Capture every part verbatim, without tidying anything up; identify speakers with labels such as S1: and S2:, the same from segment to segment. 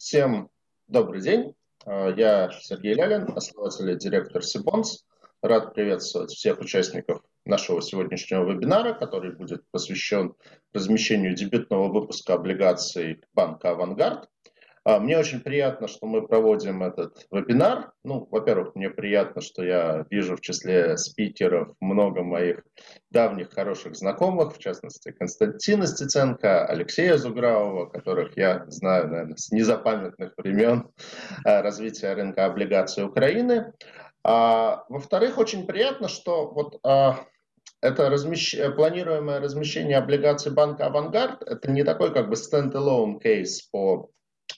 S1: Всем добрый день. Я Сергей Лялин, основатель и директор Сибонс. Рад приветствовать всех участников нашего сегодняшнего вебинара, который будет посвящен размещению дебютного выпуска облигаций банка «Авангард». Мне очень приятно, что мы проводим этот вебинар. Ну, во-первых, мне приятно, что я вижу в числе спикеров много моих давних хороших знакомых, в частности, Константина Стеценко, Алексея Зугравова, которых я знаю, наверное, с незапамятных времен развития рынка облигаций Украины. А, во-вторых, очень приятно, что вот а, это размещ... планируемое размещение облигаций банка «Авангард» — это не такой как бы stand-alone кейс по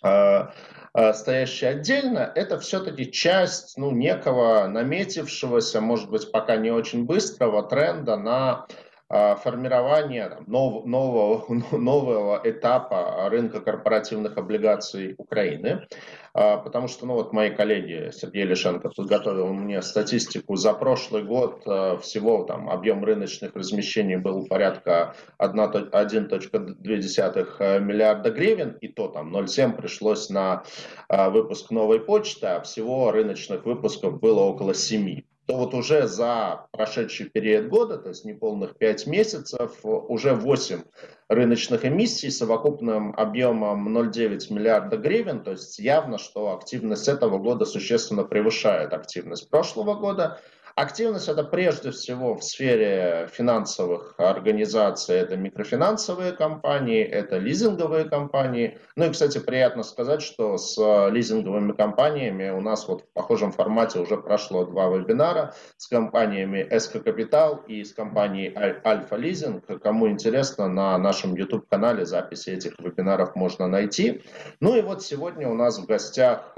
S1: стоящий отдельно, это все-таки часть ну, некого наметившегося, может быть, пока не очень быстрого тренда на формирование там, нов, нового, нового этапа рынка корпоративных облигаций Украины. Потому что ну, вот мои коллеги, Сергей Лишенко подготовил мне статистику за прошлый год, всего там объем рыночных размещений был порядка один целых две десятых миллиарда гривен, и то там ноль целых семь пришлось на выпуск новой почты, а всего рыночных выпусков было около семи. То вот уже за прошедший период года, то есть неполных пять месяцев, уже восемь рыночных эмиссий с совокупным объемом ноль целых девять десятых миллиарда гривен, то есть явно, что активность этого года существенно превышает активность прошлого года. Активность это прежде всего в сфере финансовых организаций, это микрофинансовые компании, это лизинговые компании. Ну и, кстати, приятно сказать, что с лизинговыми компаниями у нас вот в похожем формате уже прошло два вебинара с компаниями Эско Капитал и с компанией Альфа Лизинг. Кому интересно, на нашем YouTube-канале записи этих вебинаров можно найти. Ну и вот сегодня у нас в гостях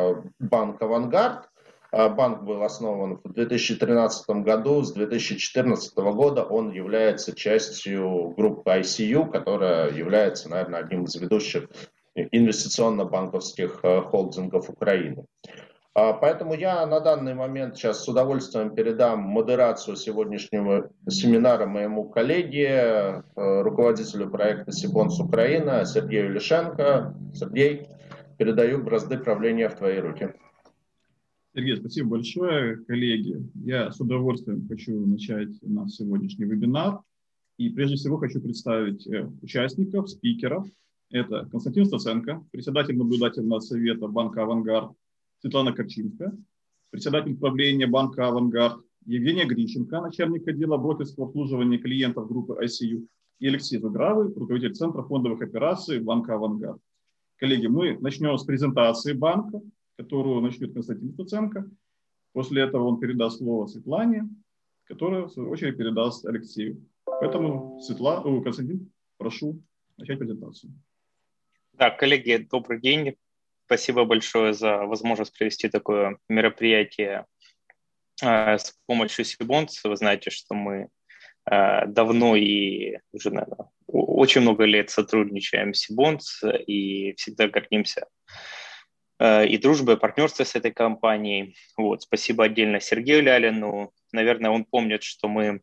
S1: банк «Авангард». Банк был основан в две тысячи тринадцатом году, с две тысячи четырнадцатого года он является частью группы ай си ю, которая является, наверное, одним из ведущих инвестиционно-банковских холдингов Украины. Поэтому я на данный момент сейчас с удовольствием передам модерацию сегодняшнего семинара моему коллеге, руководителю проекта Сибонс Украина Сергею Лишенко. Сергей, передаю бразды правления в твои руки.
S2: Сергей, спасибо большое, коллеги. Я с удовольствием хочу начать наш сегодняшний вебинар. И прежде всего хочу представить участников, спикеров. Это Константин Стеценко, председатель наблюдательного совета банка «Авангард», Светлана Корчинская, председатель правления банка «Авангард», Евгения Грищенко, начальник отдела брокерского обслуживания клиентов группы ай си ю, и Алексей Зугравый, руководитель Центра фондовых операций банка «Авангард». Коллеги, мы начнем с презентации банка, которую начнет Константин Стеценко. После этого он передаст слово Светлане, которая, в свою очередь, передаст Алексею. Поэтому, Светлана, Константин, прошу начать презентацию.
S3: Да, коллеги, добрый день. Спасибо большое за возможность провести такое мероприятие э, с помощью Сибонс. Вы знаете, что мы э, давно и уже, наверное, очень много лет сотрудничаем с Сибонс и всегда гордимся и дружбой, и партнерством с этой компанией. Вот. Спасибо отдельно Сергею Лялину. Наверное, он помнит, что мы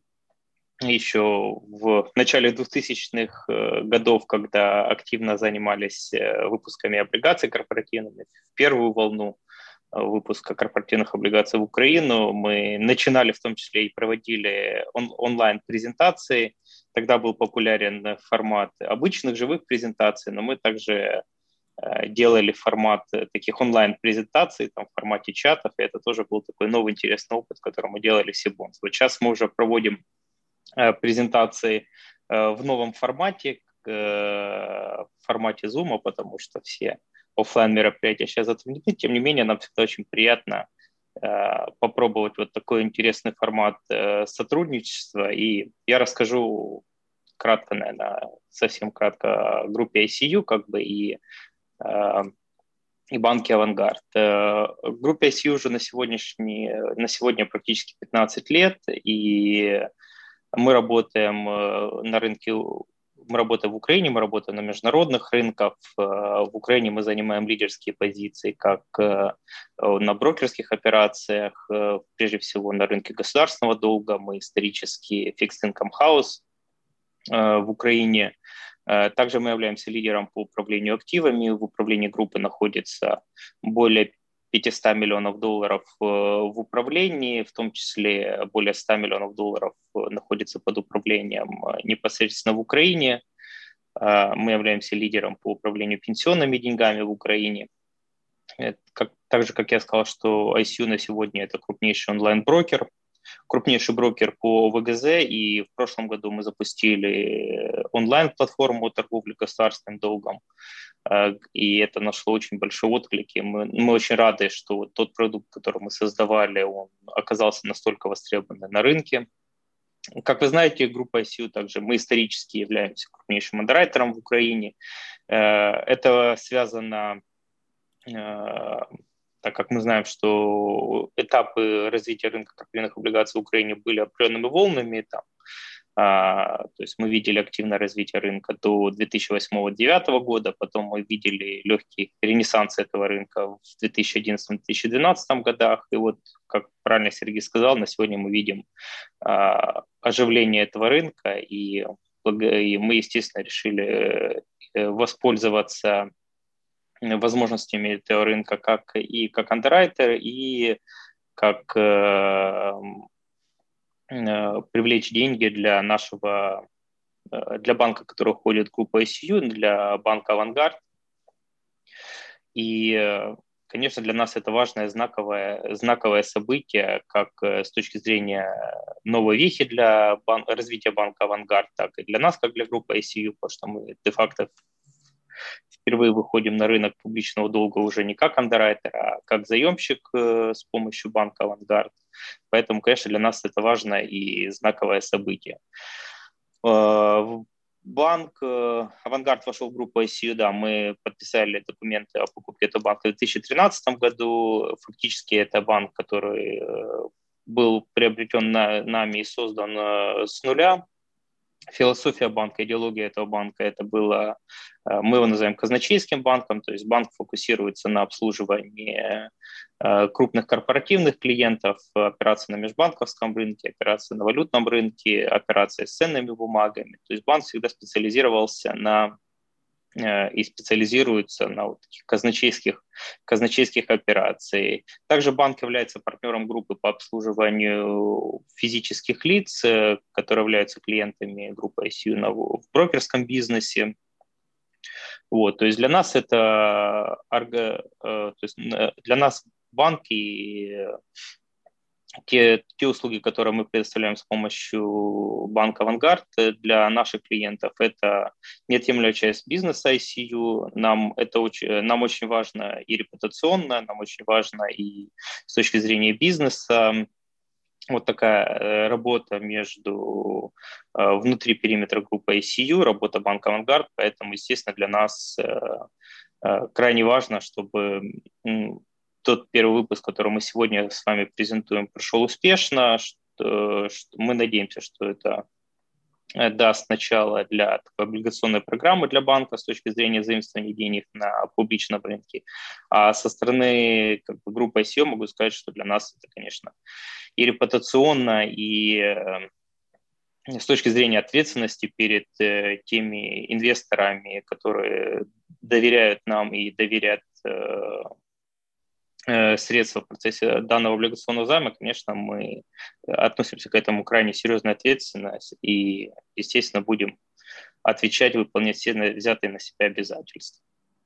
S3: еще в начале двухтысячных годов, когда активно занимались выпусками облигаций корпоративными, в первую волну выпуска корпоративных облигаций в Украину, мы начинали в том числе и проводили он- онлайн-презентации. Тогда был популярен формат обычных живых презентаций, но мы также делали формат таких онлайн-презентаций там, в формате чатов, и это тоже был такой новый интересный опыт, который мы делали в Сибонс. Вот сейчас мы уже проводим э, презентации э, в новом формате, э, в формате Zoom, потому что все офлайн мероприятия сейчас затруднены. Тем не менее, нам всегда очень приятно э, попробовать вот такой интересный формат э, сотрудничества, и я расскажу кратко, наверное, совсем кратко о группе ай си ю, как бы, и и банки «Авангард». В группе ай си ю уже на, сегодняшний, на сегодня практически пятнадцать лет, и мы работаем на рынке, мы работаем в Украине, мы работаем на международных рынках. В Украине мы занимаем лидерские позиции как на брокерских операциях, прежде всего на рынке государственного долга. Мы исторически fixed income house в Украине. Также мы являемся лидером по управлению активами. В управлении группы находится более пятьсот миллионов долларов в управлении, в том числе более ста миллионов долларов находится под управлением непосредственно в Украине. Мы являемся лидером по управлению пенсионными деньгами в Украине. Как, так же, как я сказал, что ай си ю на сегодня это крупнейший онлайн-брокер, крупнейший брокер по вэ гэ зэ, и в прошлом году мы запустили онлайн-платформу торговли государственным долгом, и это нашло очень большой отклик. Мы, мы очень рады, что вот тот продукт, который мы создавали, он оказался настолько востребованным на рынке. Как вы знаете, группа ай си ю также, мы исторически являемся крупнейшим андеррайтером в Украине. Это связано, так как мы знаем, что этапы развития рынка корпоративных облигаций в Украине были определенными волнами. Там, а, то есть мы видели активное развитие рынка до две тысячи восьмого — две тысячи девятого года, потом мы видели легкий ренессанс этого рынка в две тысячи одиннадцатом — две тысячи двенадцатом годах. И вот, как правильно Сергей сказал, на сегодня мы видим а, оживление этого рынка, и, и мы, естественно, решили воспользоваться возможностями этого рынка как и как андеррайтер, и как э, э, привлечь деньги для нашего, э, для банка, который входит в группу ай си ю, для банка «Авангард». И, э, конечно, для нас это важное знаковое, знаковое событие, как э, с точки зрения новой вехи для бан- развития банка «Авангард», так и для нас, как для группы ай си ю, потому что мы де-факто впервые выходим на рынок публичного долга уже не как андеррайтер, а как заемщик э, с помощью банка «Авангард». Поэтому, конечно, для нас это важное и знаковое событие. Э, банк э, «Авангард» вошел в группу ай си ю, да, мы подписали документы о покупке этого банка в две тысячи тринадцатом году. Фактически это банк, который э, был приобретен на, нами и создан э, с нуля. Философия банка, идеология этого банка, это было, мы его называем казначейским банком, то есть банк фокусируется на обслуживании крупных корпоративных клиентов, операции на межбанковском рынке, операции на валютном рынке, операции с ценными бумагами. То есть банк всегда специализировался на и специализируется на вот таких казначейских, казначейских операций. Также банк является партнером группы по обслуживанию физических лиц, которые являются клиентами группы ай си ю в брокерском бизнесе. Вот, то есть для нас это то есть для нас банк и Те, те услуги, которые мы предоставляем с помощью банка «Авангард» для наших клиентов, это неотъемлемая часть бизнеса ай си ю. Нам это очень, нам очень важно и репутационно, нам очень важно и с точки зрения бизнеса. Вот такая работа между внутри периметра группы ай си ю, работа банка «Авангард», поэтому, естественно, для нас крайне важно, чтобы тот первый выпуск, который мы сегодня с вами презентуем, прошел успешно. Что, что мы надеемся, что это даст начало для такой облигационной программы для банка с точки зрения заимствования денег на публичном рынке. А со стороны как бы, группы ай си ю могу сказать, что для нас это, конечно, и репутационно, и э, с точки зрения ответственности перед э, теми инвесторами, которые доверяют нам и доверяют э, средства в процессе данного облигационного займа, конечно, мы относимся к этому крайне серьезно ответственно и, естественно, будем отвечать, выполнять все взятые на себя обязательства.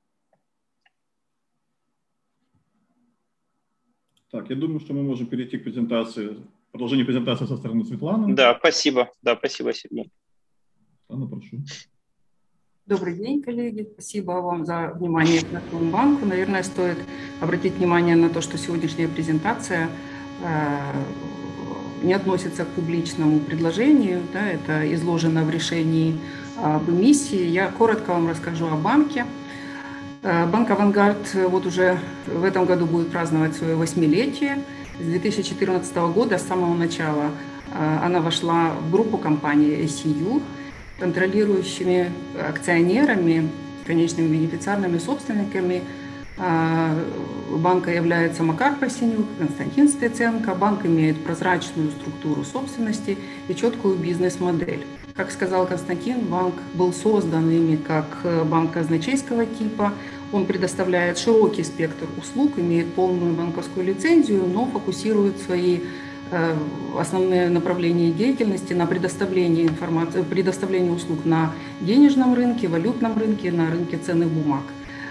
S2: Так, я думаю, что мы можем перейти к презентации, продолжению презентации со стороны Светланы.
S3: Да, спасибо. Да, спасибо, Сергей.
S2: Светлана, прошу.
S4: Добрый день, коллеги. Спасибо вам за внимание к нашему банку. Наверное, стоит обратить внимание на то, что сегодняшняя презентация э, не относится к публичному предложению. Да, это изложено в решении об эмиссии. Я коротко вам расскажу о банке. Банк «Авангард» вот уже в этом году будет праздновать свое восьмилетие. С две тысячи четырнадцатого года, с самого начала, она вошла в группу компаний ай си ю, контролирующими акционерами, конечными бенефициарными собственниками банка является Макар Пасенюк, Константин Стеценко. Банк имеет прозрачную структуру собственности и четкую бизнес-модель. Как сказал Константин, банк был создан ими как банк казначейского типа. Он предоставляет широкий спектр услуг, имеет полную банковскую лицензию, но фокусирует свои основные направления деятельности на предоставлении информации, предоставлении услуг на денежном рынке, валютном рынке, на рынке ценных бумаг.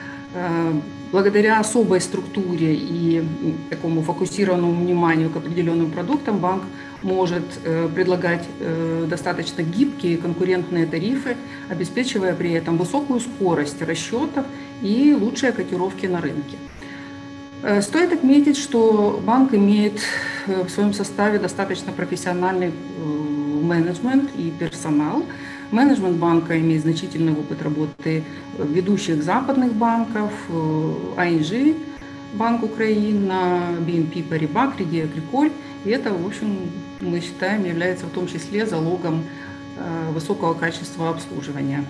S4: Благодаря особой структуре и такому фокусированному вниманию к определенным продуктам банк может предлагать достаточно гибкие конкурентные тарифы, обеспечивая при этом высокую скорость расчетов и лучшие котировки на рынке. Стоит отметить, что банк имеет в своем составе достаточно профессиональный менеджмент и персонал. Менеджмент банка имеет значительный опыт работы ведущих западных банков, ай эн джи, Банк Украины, би эн пи Paribas, Credit Agricole. И это, в общем, мы считаем, является в том числе залогом высокого качества обслуживания.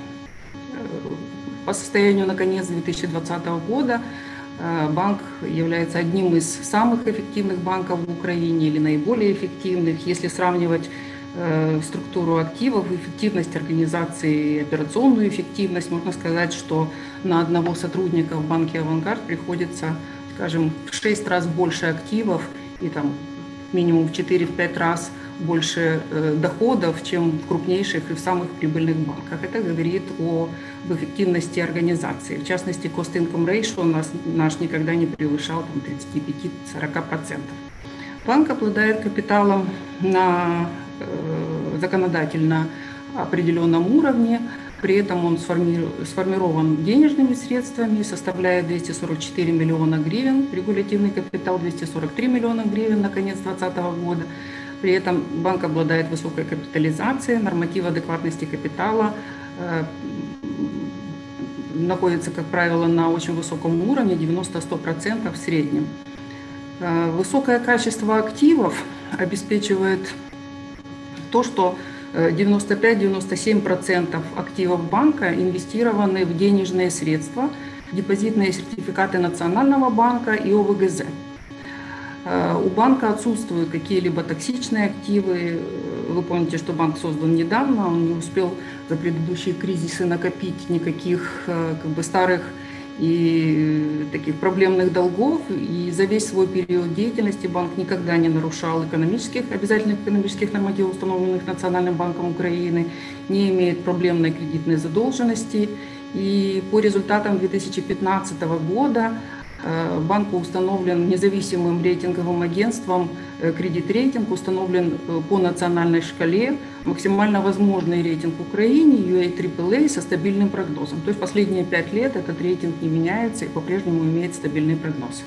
S4: По состоянию на конец две тысячи двадцатого года банк является одним из самых эффективных банков в Украине или наиболее эффективных, если сравнивать структуру активов, эффективность организации и операционную эффективность. Можно сказать, что на одного сотрудника в банке «Авангард» приходится, скажем, в шесть раз больше активов и там минимум в четыре-пять раз больше доходов, чем в крупнейших и в самых прибыльных банках. Это говорит о об эффективности организации. В частности, cost-income ratio у нас, наш никогда не превышал тридцать пять - сорок процентов. Банк обладает капиталом на э, законодательно определенном уровне, при этом он сформирован денежными средствами, составляет двести сорок четыре миллиона гривен, регулятивный капитал двести сорок три миллиона гривен на конец две тысячи двадцатого года. При этом банк обладает высокой капитализацией, норматив адекватности капитала э, находится, как правило, на очень высоком уровне, девяносто - сто процентов в среднем. Э, высокое качество активов обеспечивает то, что девяносто пять - девяносто семь процентов активов банка инвестированы в денежные средства, депозитные сертификаты Национального банка и о вэ гэ зэ. У банка отсутствуют какие-либо токсичные активы. Вы помните, что банк создан недавно, он не успел за предыдущие кризисы накопить никаких как бы старых и таких проблемных долгов. И за весь свой период деятельности банк никогда не нарушал экономических, обязательных экономических нормативов, установленных Национальным банком Украины, не имеет проблемной кредитной задолженности. И по результатам две тысячи пятнадцатого года банку установлен независимым рейтинговым агентством кредит-рейтинг, установлен по национальной шкале максимально возможный рейтинг в Украине ю эй трипл эй со стабильным прогнозом. То есть последние пять лет этот рейтинг не меняется и по-прежнему имеет стабильный прогноз.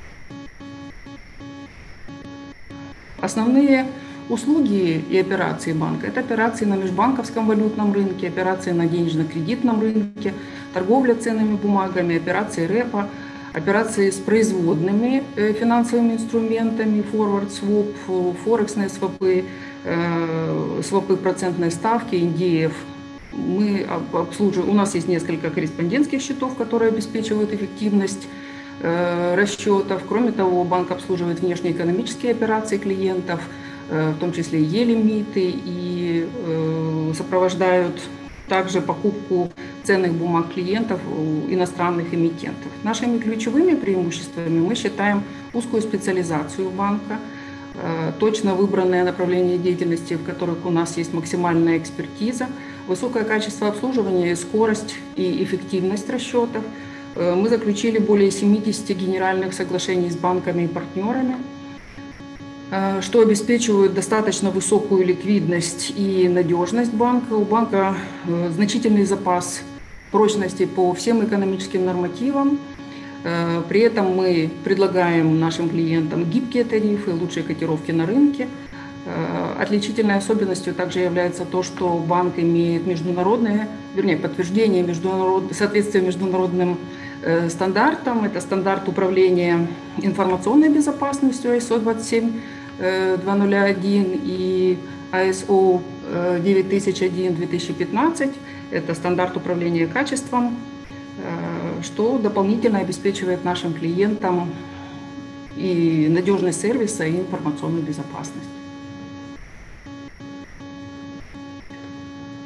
S4: Основные услуги и операции банка – это операции на межбанковском валютном рынке, операции на денежно-кредитном рынке, торговля ценными бумагами, операции репо, операции с производными финансовыми инструментами, форвард, своп, форексные свопы, свопы процентной ставки, эн ди эф. Мы обслуживаем, у нас есть несколько корреспондентских счетов, которые обеспечивают эффективность расчетов. Кроме того, банк обслуживает внешнеэкономические операции клиентов, в том числе е-лимиты, и сопровождают также покупку ценных бумаг клиентов у иностранных эмитентов. Нашими ключевыми преимуществами мы считаем узкую специализацию банка, точно выбранное направление деятельности, в которых у нас есть максимальная экспертиза, высокое качество обслуживания, скорость и эффективность расчетов. Мы заключили более семидесяти генеральных соглашений с банками и партнерами, что обеспечивает достаточно высокую ликвидность и надежность банка. У банка значительный запас прочности по всем экономическим нормативам. При этом мы предлагаем нашим клиентам гибкие тарифы, лучшие котировки на рынке. Отличительной особенностью также является то, что банк имеет международное, вернее, подтверждение международ... соответствия международным стандартам. Это стандарт управления информационной безопасностью ай эс о двадцать семь два ноль один и ай эс о девять тысяч один две тысячи пятнадцать. Это стандарт управления качеством, что дополнительно обеспечивает нашим клиентам и надежность сервиса, и информационную безопасность.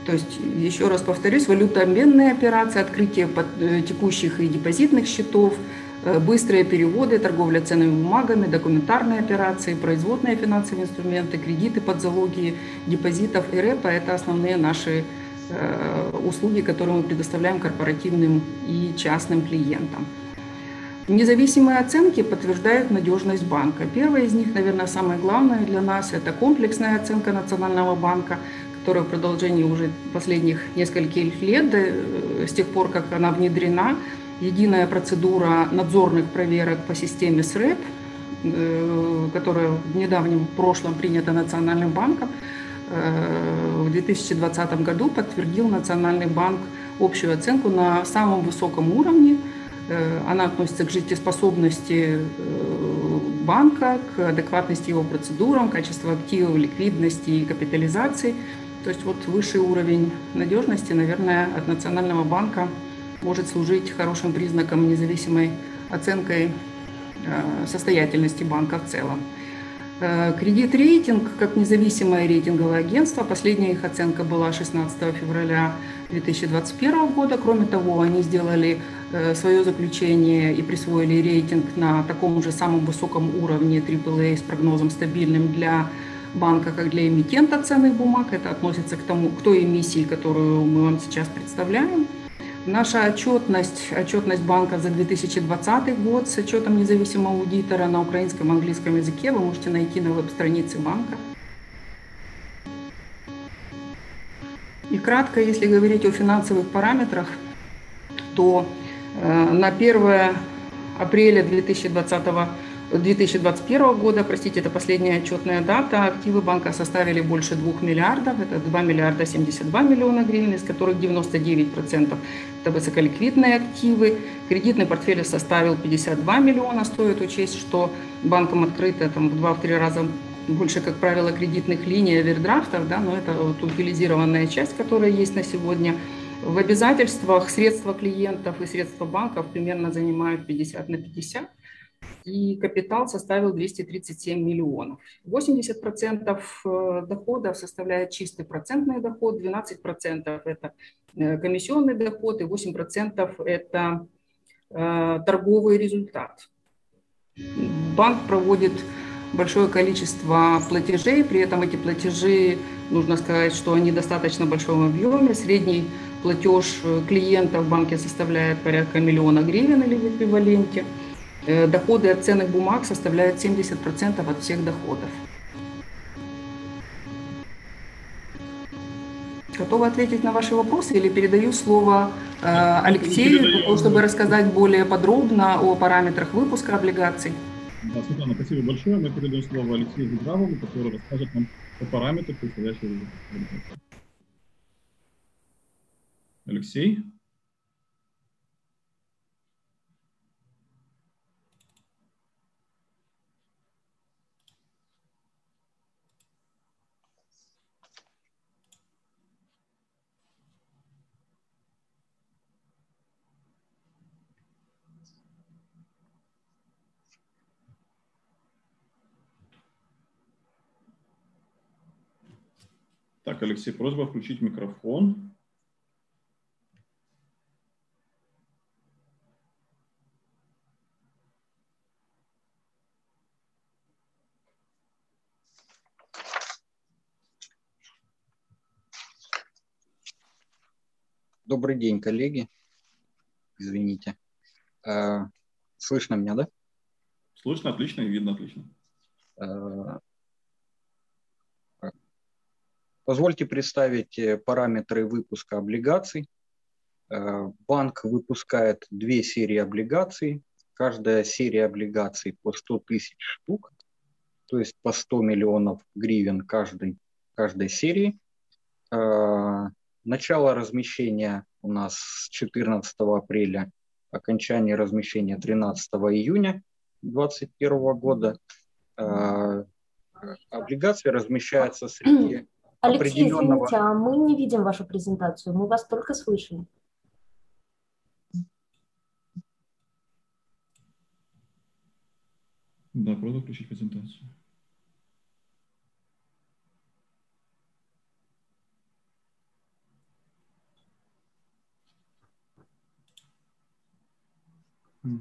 S4: То есть, еще раз повторюсь, валютообменные операции, открытие текущих и депозитных счетов, быстрые переводы, торговля ценными бумагами, документарные операции, производные финансовые инструменты, кредиты под залоги депозитов и рэпа – это основные наши услуги, которые мы предоставляем корпоративным и частным клиентам. Независимые оценки подтверждают надежность банка. Первая из них, наверное, самое главное для нас – это комплексная оценка Национального банка, которая в продолжении уже последних нескольких лет, с тех пор, как она внедрена, единая процедура надзорных проверок по системе эс рэп, которая в недавнем прошлом принята Национальным банком, в две тысячи двадцатом году подтвердил Национальный банк общую оценку на самом высоком уровне. Она относится к жизнеспособности банка, к адекватности его процедурам, качеству активов, ликвидности и капитализации. То есть вот высший уровень надежности, наверное, от Национального банка может служить хорошим признаком независимой оценкой состоятельности банка в целом. Кредит-рейтинг, как независимое рейтинговое агентство, последняя их оценка была шестнадцатого февраля две тысячи двадцать первого года. Кроме того, они сделали свое заключение и присвоили рейтинг на таком же самом высоком уровне трипл эй с прогнозом стабильным для банка, как для эмитента ценных бумаг. Это относится к, тому, к той эмиссии, которую мы вам сейчас представляем. Наша отчетность, отчетность банка за две тысячи двадцатый год с отчетом независимого аудитора на украинском и английском языке вы можете найти на веб-странице банка. И кратко, если говорить о финансовых параметрах, то э, на первое апреля две тысячи двадцатого две тысячи двадцать первого года, простите, это последняя отчетная дата, активы банка составили больше двух миллиардов, это два миллиарда семьдесят два миллиона гривен, из которых девяносто девять процентов это высоколиквидные активы. Кредитный портфель составил пятьдесят два миллиона, стоит учесть, что банком открыто там, в два-три раза больше, как правило, кредитных линий, овердрафтов, да, но это вот утилизированная часть, которая есть на сегодня. В обязательствах средства клиентов и средства банков примерно занимают пятьдесят на пятьдесят. И капитал составил двести тридцать семь миллионов. восемьдесят процентов доходов составляет чистый процентный доход, двенадцать процентов это комиссионный доход и восемь процентов это торговый результат. Банк проводит большое количество платежей, при этом эти платежи, нужно сказать, что они в достаточно большом объеме. Средний платеж клиента в банке составляет порядка миллиона гривен или в эквиваленте. Доходы от ценных бумаг составляют семьдесят процентов от всех доходов. Готова ответить на ваши вопросы или передаю слово э, Алексею, для того, чтобы рассказать более подробно о параметрах выпуска облигаций?
S2: Да, Светлана, спасибо большое. Мы передаем слово Алексею Зубравову, который расскажет нам о параметрах предстоящего выпуска. Алексей? Так, Алексей, просьба включить микрофон.
S5: Добрый день, коллеги. Извините. Слышно меня, да?
S2: Слышно отлично и видно отлично.
S5: Позвольте представить параметры выпуска облигаций. Банк выпускает две серии облигаций. Каждая серия облигаций по сто тысяч штук, то есть по сто миллионов гривен каждой, каждой серии. Начало размещения у нас с четырнадцатого апреля, окончание размещения тринадцатого июня две тысячи двадцать первого года. Облигации размещаются среди
S6: Алексей,
S5: определенного...
S6: извините, а мы не видим вашу презентацию, мы вас только слышим.
S2: Да, просто включить презентацию.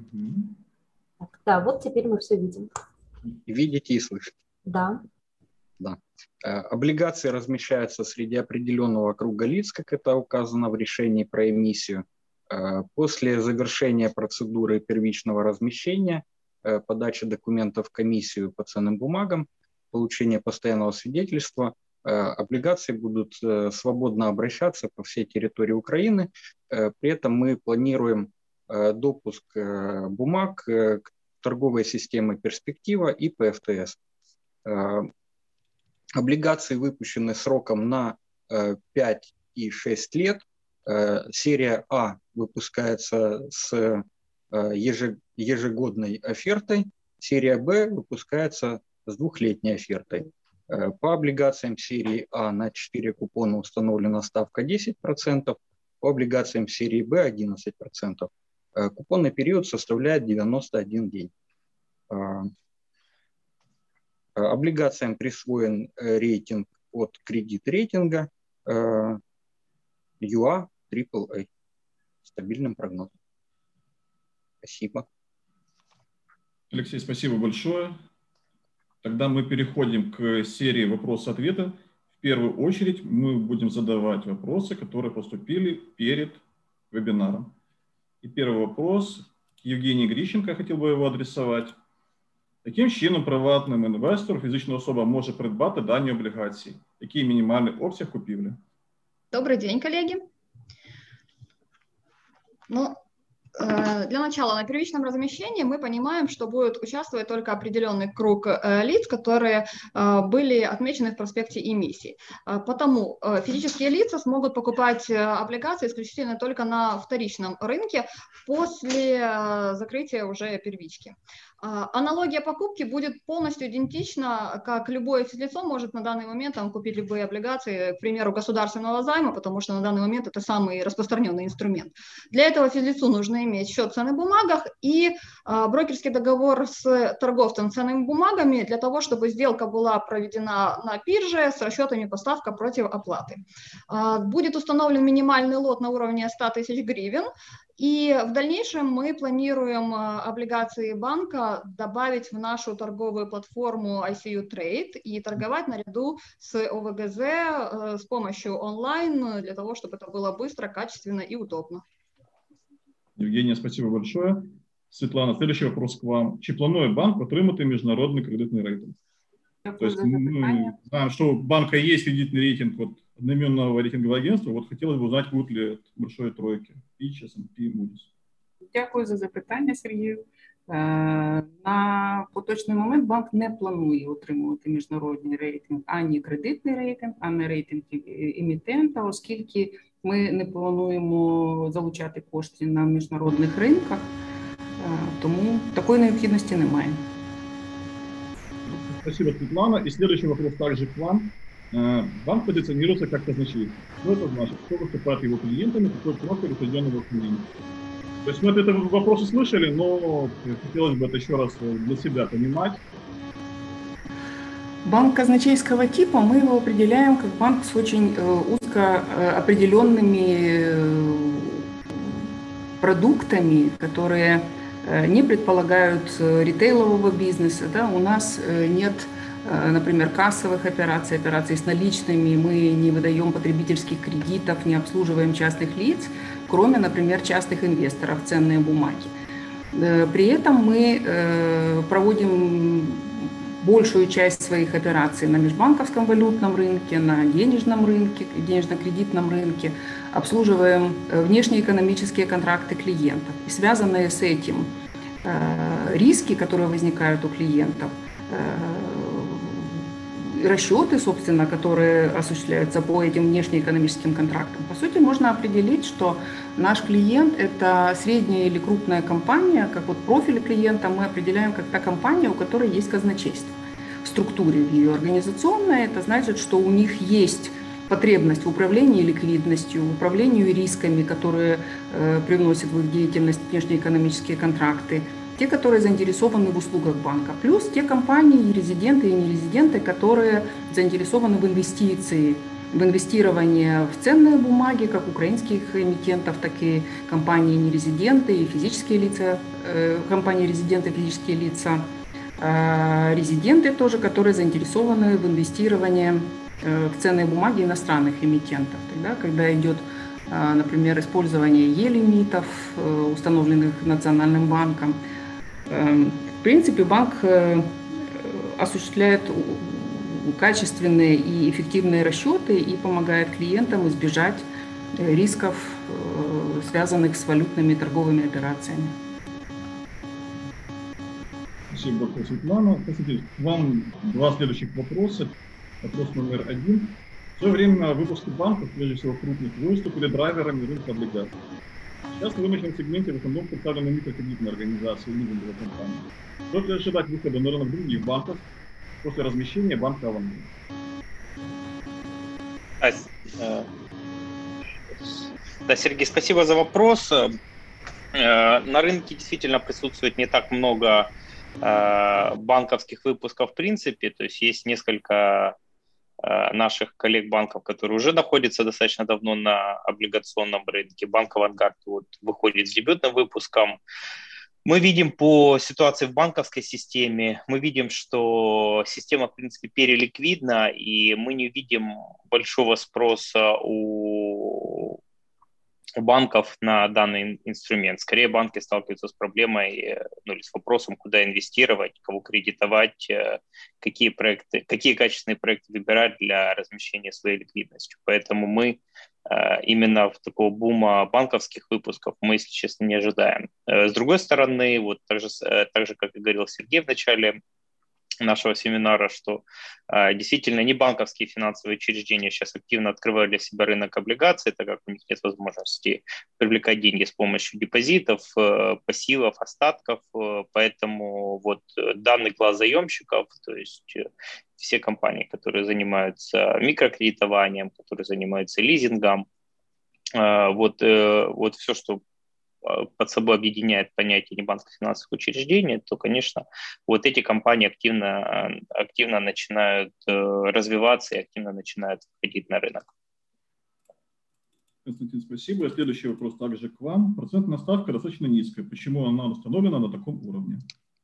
S6: Так, да, вот теперь мы все видим.
S5: Видите и слышите?
S6: Да.
S5: Да. Облигации размещаются среди определенного круга лиц, как это указано в решении про эмиссию. После завершения процедуры первичного размещения, подачи документов в комиссию по ценным бумагам, получения постоянного свидетельства, облигации будут свободно обращаться по всей территории Украины. При этом мы планируем допуск бумаг к торговой системе «Перспектива» и пэ эф тэ эс. Облигации выпущены сроком на пять и шесть лет. Серия А выпускается с ежегодной офертой, серия Б выпускается с двухлетней офертой. По облигациям серии А на четыре купона установлена ставка десять процентов, по облигациям серии Б одиннадцать процентов. Купонный период составляет девяносто один день. Облигациям присвоен рейтинг от кредит-рейтинга ю эй трипл эй с стабильным прогнозом. Спасибо.
S2: Алексей, спасибо большое. Тогда мы переходим к серии вопрос-ответов. В первую очередь мы будем задавать вопросы, которые поступили перед вебинаром. И первый вопрос к Євгенії Грищенко, я хотів би його адресувати. Яким чином приватним інвестором, фізична особа може придбати дані облігації? Який мінімальний обсяг купівлі?
S7: Добрый день, коллеги. Ну, для начала, на первичном размещении мы понимаем, что будет участвовать только определенный круг лиц, которые были отмечены в проспекте эмиссии. Потому физические лица смогут покупать облигации исключительно только на вторичном рынке после закрытия уже первички. Аналогия покупки будет полностью идентична, как любое физлицо может на данный момент там, купить любые облигации, к примеру, государственного займа, потому что на данный момент это самый распространенный инструмент. Для этого физлицу нужно иметь счет в ценных бумагах и а, брокерский договор с торговцем ценными бумагами для того, чтобы сделка была проведена на бирже с расчетами поставка против оплаты. А, будет установлен минимальный лот на уровне ста тысяч гривен. И в дальнейшем мы планируем облигации банка добавить в нашу торговую платформу ай си ю Trade и торговать наряду с о вэ гэ зэ с помощью онлайн для того, чтобы это было быстро, качественно и удобно.
S2: Євгенія, спасибо большое. Світлана, следующий вопрос к вам. Чи планує банк отримати міжнародний кредитний рейтинг? То есть мы знаем, что у банка есть кредитный рейтинг от одноименного рейтингового агентства. Вот хотелось бы узнать, будет ли от большой тройки, Fitch, ес енд пі, Moody's.
S4: Дякую за запитання, Сергію. На поточний момент банк не планує отримувати міжнародний рейтинг, ані кредитний рейтинг, ані рейтинг емітента, оскільки ми не плануємо залучати кошти на міжнародних ринках, тому такої необхідності немає.
S2: Спасибо, Светлана. И следующий вопрос также к вам. Банк позиционируется как казначей. Что это значит? Кто выступает его клиентами, какой профиль определенного клиента? То есть мы от этого вопроса слышали, но хотелось бы это еще раз для себя понимать.
S4: Банк казначейского типа, мы его определяем как банк с очень узко определенными продуктами, которые не предполагают ритейлового бизнеса. Да? У нас нет, например, кассовых операций, операций с наличными, мы не выдаем потребительских кредитов, не обслуживаем частных лиц, кроме, например, частных инвесторов в ценные бумаги. При этом мы проводим большую часть своих операций на межбанковском валютном рынке, на денежном рынке, денежно-кредитном рынке, обслуживаем внешнеэкономические контракты клиентов. И связанные с этим риски, которые возникают у клиентов, расчеты, собственно, которые осуществляются по этим внешнеэкономическим контрактам. По сути, можно определить, что наш клиент – это средняя или крупная компания, как вот профиль клиента мы определяем как та компания, у которой есть казначейство. В структуре ее организационной это значит, что у них есть потребность в управлении ликвидностью, в управлении рисками, которые э, привносят в их деятельность внешнеэкономические контракты, те, которые заинтересованы в услугах банка, плюс те компании, резиденты и нерезиденты, которые заинтересованы в инвестиции в инвестирование в ценные бумаги, как украинских эмитентов, так и компании-нерезиденты и физические лица, компании-резиденты, физические лица, резиденты тоже, которые заинтересованы в инвестировании в ценные бумаги иностранных эмитентов. Тогда, когда идет, например, использование е-лимитов, установленных Национальным банком, в принципе, банк осуществляет качественные и эффективные расчеты и помогает клиентам избежать рисков, связанных с валютными торговыми операциями.
S2: Спасибо, доктор Светлана. Константин, к вам два следующих вопроса. Вопрос номер один. В свое время выпуски банков, прежде всего крупных, выступили драйверами рынка облигаций. Сейчас в рыночном сегменте в основном представлены микрокредитные организации и лизинговые компании. Стоит ли ожидать выхода на рынок других банков после размещения банка Авангард?
S3: Да, Сергей, спасибо за вопрос. На рынке действительно присутствует не так много банковских выпусков в принципе, то есть есть несколько наших коллег-банков, которые уже находятся достаточно давно на облигационном рынке. Банк Авангард вот выходит с дебютным выпуском. Мы видим по ситуации в банковской системе, мы видим, что система, в принципе, переликвидна, и мы не видим большого спроса у банков на данный инструмент. Скорее, банки сталкиваются с проблемой, ну, или с вопросом, куда инвестировать, кого кредитовать, какие проекты, какие качественные проекты выбирать для размещения своей ликвидностью. Поэтому мы именно в такого бума банковских выпусков мы, если честно, не ожидаем. С другой стороны, вот так же, так же как и говорил Сергей в начале нашего семинара, что э, действительно не банковские финансовые учреждения сейчас активно открывают для себя рынок облигаций, так как у них нет возможности привлекать деньги с помощью депозитов, э, пассивов, остатков, э, поэтому вот данный класс заемщиков, то есть э, все компании, которые занимаются микрокредитованием, которые занимаются лизингом, э, вот, э, вот все, что под собой объединяет понятие небанковых финансовых учреждений, то, конечно, вот эти компании активно, активно начинают развиваться и активно начинают входить на рынок.
S2: Константин, спасибо. Следующий вопрос также к вам. Процентная ставка достаточно низкая. Почему она установлена на таком уровне?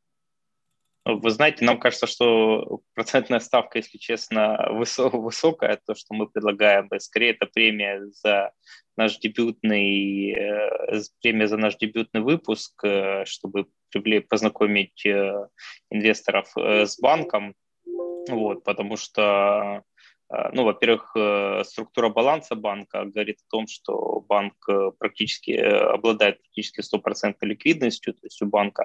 S3: Вы знаете, нам кажется, что процентная ставка, если честно, высокая, то, что мы предлагаем, скорее это премия за наш дебютный, премия за наш дебютный выпуск, чтобы познакомить инвесторов с банком, вот, потому что, ну, во-первых, структура баланса банка говорит о том, что банк практически обладает практически стопроцентной ликвидностью, то есть у банка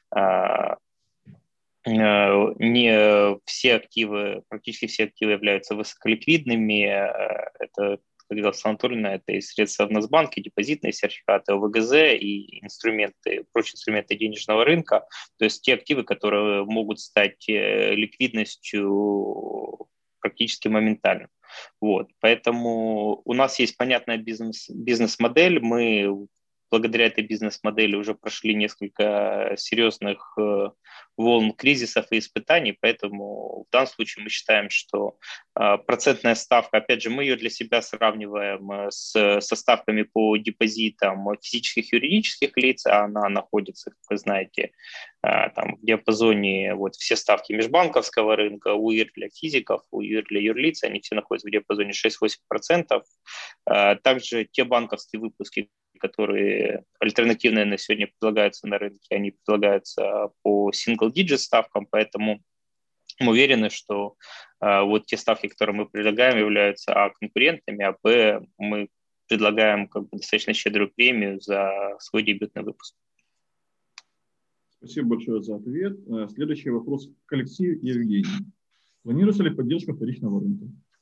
S3: не все активы, практически все активы являются высоколиквидными. Это, как говорил Светлана Анатольевна, это и средства в Нацбанке, депозитные сертификаты О В Г З и инструменты, прочие инструменты денежного рынка. То есть те активы, которые могут стать ликвидностью практически моментально. Вот. Поэтому у нас есть понятная бизнес, бизнес-модель. Мы благодаря этой бизнес-модели уже прошли несколько серьезных э, волн кризисов и испытаний, поэтому в данном случае мы считаем, что э, процентная ставка, опять же, мы ее для себя сравниваем с, со ставками по депозитам физических и юридических лиц, а она находится, как вы знаете, э, там, в диапазоне, вот все ставки межбанковского рынка, УИР для физиков, УИР для юрлиц, они все находятся в диапазоне шесть-восемь процентов. Э, также те банковские выпуски, которые альтернативные на сегодня предлагаются на рынке, они предлагаются по single-digit ставкам, поэтому мы уверены, что э, вот те ставки, которые мы предлагаем, являются а, конкурентными, а б, мы предлагаем как бы достаточно щедрую премию за свой дебютный выпуск.
S2: Спасибо большое за ответ. Следующий вопрос к Алексею и Евгению. Планируется ли поддержка вторичного рынка?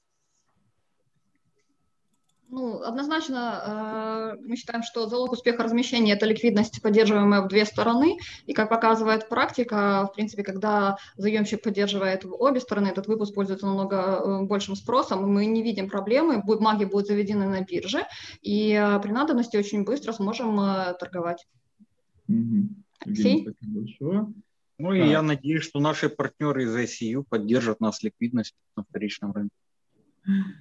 S7: Ну, однозначно мы считаем, что залог успеха размещения – это ликвидность, поддерживаемая в две стороны. И, как показывает практика, в принципе, когда заемщик поддерживает в обе стороны, этот выпуск пользуется намного большим спросом. Мы не видим проблемы, бумаги будут заведены на бирже, и при надобности очень быстро сможем торговать.
S2: Угу. Евгений, спасибо большое.
S5: Ну и а. я надеюсь, что наши партнеры из ай си ю поддержат нас ликвидность на вторичном рынке.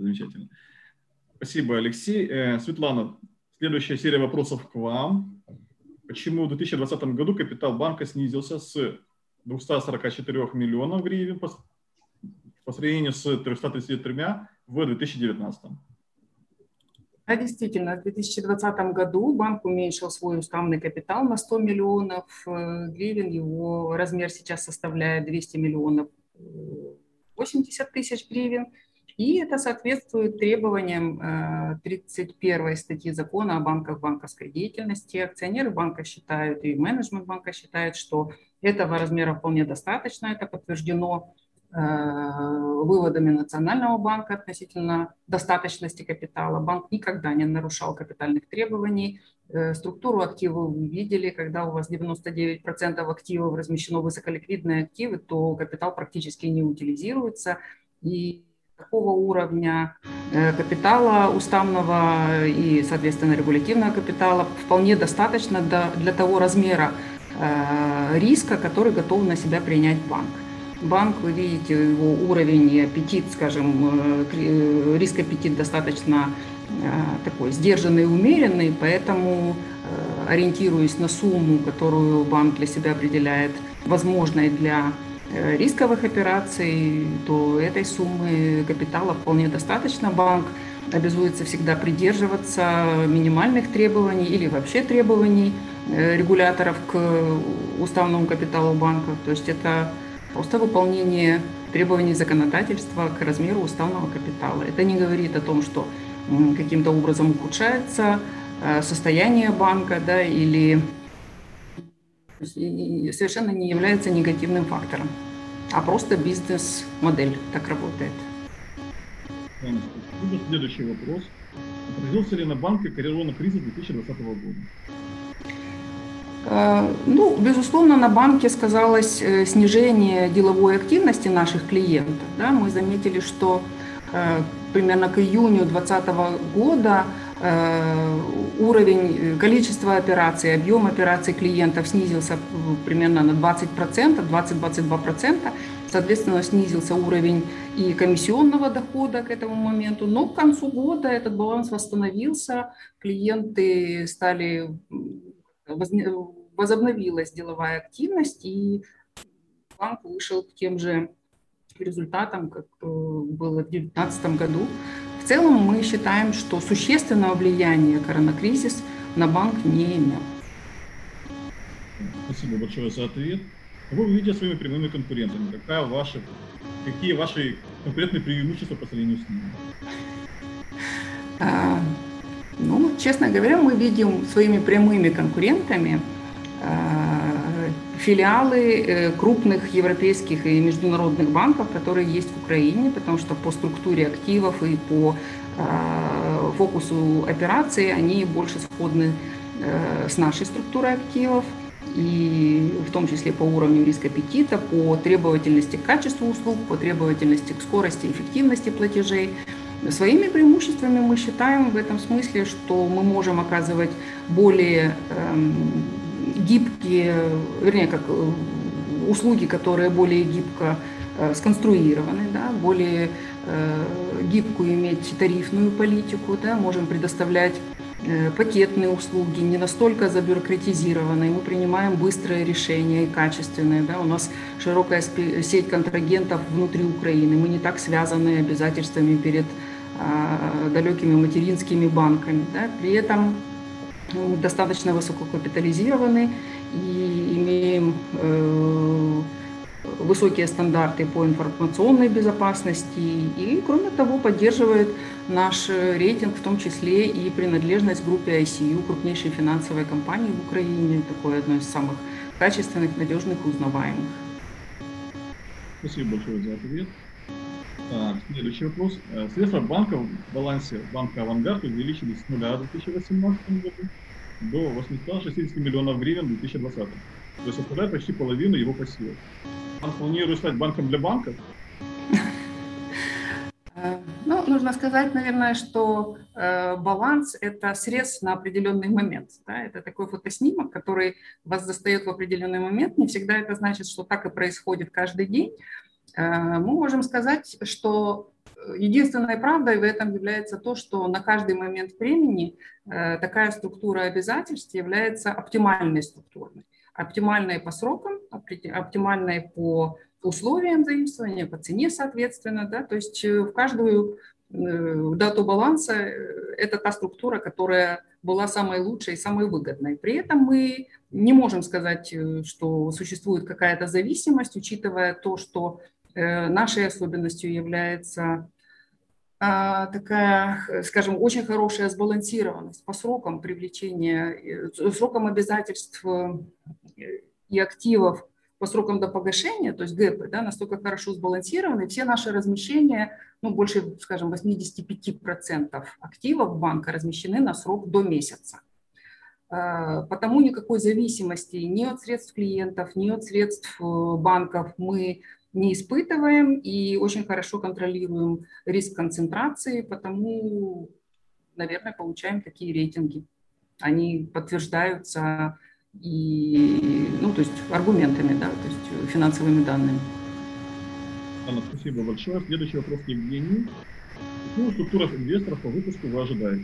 S2: Замечательно. Спасибо, Алексей. Э, Светлана, следующая серия вопросов к вам. Почему в две тысячи двадцатом году капитал банка снизился с двухсот сорока четырёх миллионов гривен по, по сравнению с трёхстами тридцатью трёмя в две тысячи девятнадцатом?
S4: Да, действительно, в две тысячи двадцатом году банк уменьшил свой уставный капитал на сто миллионов гривен. Его размер сейчас составляет двести миллионов восемьдесят тысяч гривен. И это соответствует требованиям тридцать первой статьи закона о банках, банковской деятельности. Акционеры банка считают, и менеджмент банка считает, что этого размера вполне достаточно. Это подтверждено выводами Национального банка относительно достаточности капитала. Банк никогда не нарушал капитальных требований. Структуру активов вы видели, когда у вас девяносто девять процентов активов размещено высоколиквидные активы, то капитал практически не утилизируется. И такого уровня капитала уставного и, соответственно, регулятивного капитала вполне достаточно для того размера риска, который готов на себя принять банк. Банк, вы видите, его уровень и аппетит, скажем, риск аппетит достаточно такой сдержанный и умеренный, поэтому, ориентируясь на сумму, которую банк для себя определяет возможной для рисковых операций, то этой суммы капитала вполне достаточно. Банк обязуется всегда придерживаться минимальных требований или вообще требований регуляторов к уставному капиталу банка. То есть это просто выполнение требований законодательства к размеру уставного капитала. Это не говорит о том, что каким-то образом ухудшается состояние банка, да, или совершенно не является негативным фактором, а просто бизнес-модель так работает.
S2: Следующий вопрос. Отразился ли на банке коронакризис две тысячи двадцатого года?
S4: Ну, безусловно, на банке сказалось снижение деловой активности наших клиентов. Да? Мы заметили, что примерно к июню две тысячи двадцатого года уровень, количество операций, объем операций клиентов снизился примерно на двадцать процентов, двадцать-двадцать два процента. Соответственно, снизился уровень и комиссионного дохода к этому моменту. Но к концу года этот баланс восстановился, клиенты стали, возобновилась деловая активность, и банк вышел к тем же результатам, как было в две тысячи девятнадцатом году. В целом мы считаем, что существенного влияния коронакризис на банк не имел.
S2: Спасибо большое за ответ. Вы видите своими прямыми конкурентами. Какая ваша, какие ваши конкурентные преимущества по сравнению с ними?
S4: А, ну, честно говоря, мы видим своими прямыми конкурентами а, филиалы крупных европейских и международных банков, которые есть в Украине, потому что по структуре активов и по э, фокусу операций они больше сходны э, с нашей структурой активов, и в том числе по уровню риска аппетита, по требовательности к качеству услуг, по требовательности к скорости и эффективности платежей. Своими преимуществами мы считаем в этом смысле, что мы можем оказывать более э, гибкие, вернее, как услуги, которые более гибко э, сконструированы, да, более э, гибкую иметь тарифную политику, да, можем предоставлять э, пакетные услуги, не настолько забюрократизированные, мы принимаем быстрые решения и качественные, да, у нас широкая сеть контрагентов внутри Украины, мы не так связаны обязательствами перед э, далекими материнскими банками, да, при этом мы достаточно высоко капитализированы и имеем э, высокие стандарты по информационной безопасности, и, кроме того, поддерживает наш рейтинг, в том числе и принадлежность к группе ай си ю, крупнейшей финансовой компании в Украине, такой одной из самых качественных, надежных и узнаваемых.
S2: Спасибо большое за ответ. Так, следующий вопрос. Средства банка в балансе банка «Авангард» увеличились с нуля в две тысячи восемнадцатом году до восьмисот шестидесяти миллионов гривен в две тысячи двадцатом. То есть составляет почти половину его пассива. Банк планирует стать банком для банков?
S4: Ну, нужно сказать, наверное, что э, баланс – это срез на определенный момент. Да? Это такой фотоснимок, который вас застает в определенный момент. Не всегда это значит, что так и происходит каждый день. Э, мы можем сказать, что единственной правдой в этом является то, что на каждый момент времени такая структура обязательств является оптимальной структурой. Оптимальной по срокам, оптимальной по условиям заимствования, по цене, соответственно. Да? То есть в каждую дату баланса это та структура, которая была самой лучшей и самой выгодной. При этом мы не можем сказать, что существует какая-то зависимость, учитывая то, что нашей особенностью является такая, скажем, очень хорошая сбалансированность по срокам привлечения, срокам обязательств и активов по срокам до погашения, то есть гэпы, да, настолько хорошо сбалансированы, все наши размещения, ну, больше, скажем, восемьдесят пять процентов активов банка размещены на срок до месяца. Потому никакой зависимости ни от средств клиентов, ни от средств банков мы не испытываем и очень хорошо контролируем риск концентрации, потому, наверное, получаем такие рейтинги. Они подтверждаются и, ну, то есть аргументами, да, то есть финансовыми данными.
S2: Анна, спасибо большое. Следующий вопрос к Евгению. Какую структуру инвесторов по выпуску вы ожидаете?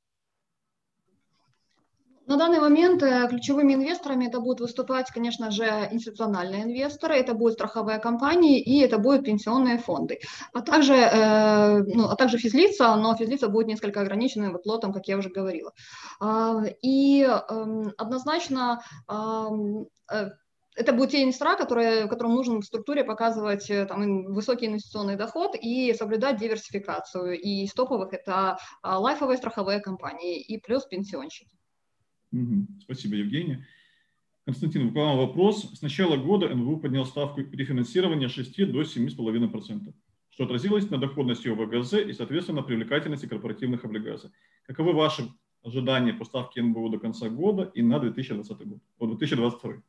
S7: На данный момент ключевыми инвесторами это будут выступать, конечно же, институциональные инвесторы, это будут страховые компании и это будут пенсионные фонды, а также, э, ну, а также физлица, но физлица будет несколько ограниченным вот лотом, как я уже говорила. И э, однозначно э, это будут те инвестора, которые, которым нужно в структуре показывать там, высокий инвестиционный доход и соблюдать диверсификацию. И из топовых это лайфовые страховые компании и плюс пенсионщики.
S2: Угу. Спасибо, Евгения. Константин, к вам вопрос. С начала года эн вэ у поднял ставку рефинансирования с шести до семи с половиной процентов, что отразилось на доходности о вэ гэ зэ и, соответственно, привлекательности корпоративных облигаций. Каковы ваши ожидания по ставке эн бэ у до конца года и на две тысячи двадцатый год? О, две тысячи двадцать второй.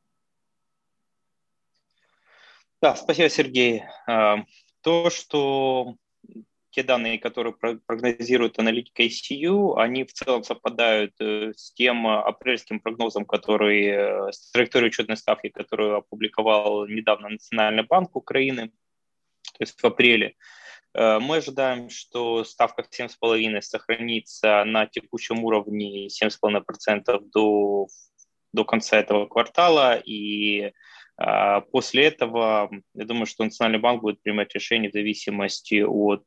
S3: Да, спасибо, Сергей. То, что те данные, которые прогнозирует аналитика ай си ю, они в целом совпадают с тем апрельским прогнозом, который, с траекторией учетной ставки, которую опубликовал недавно Национальный банк Украины, то есть в апреле. Мы ожидаем, что ставка семь с половиной сохранится на текущем уровне семь с половиной процентов до, до конца этого квартала, и после этого, я думаю, что Национальный банк будет принимать решение в зависимости от,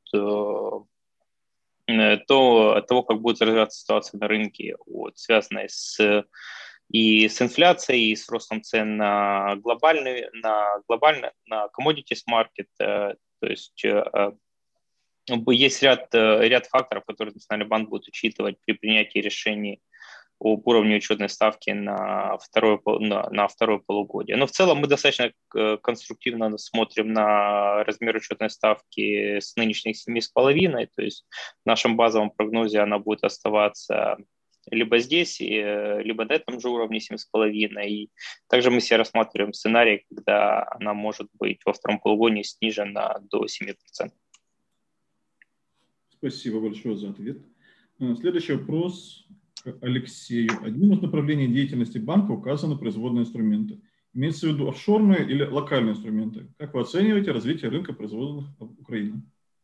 S3: э, то, от того, как будет развиваться ситуация на рынке, от, связанная с, и с инфляцией, и с ростом цен на глобальный, на глобальный, на commodities market. Э, то есть э, есть ряд, ряд факторов, которые Национальный банк будет учитывать при принятии решений об уровне учетной ставки на второе, на, на второе полугодие. Но в целом мы достаточно конструктивно смотрим на размер учетной ставки с нынешних семи с половиной, то есть в нашем базовом прогнозе она будет оставаться либо здесь, либо на этом же уровне семь с половиной. И также мы себе рассматриваем сценарий, когда она может быть во втором полугодии снижена до семи процентов.
S2: Спасибо большое за ответ. Следующий вопрос Алексею. Одним из направлений деятельности банка указаны производные инструменты. Имеется в виду офшорные или локальные инструменты? Как вы оцениваете развитие рынка производных в Украине?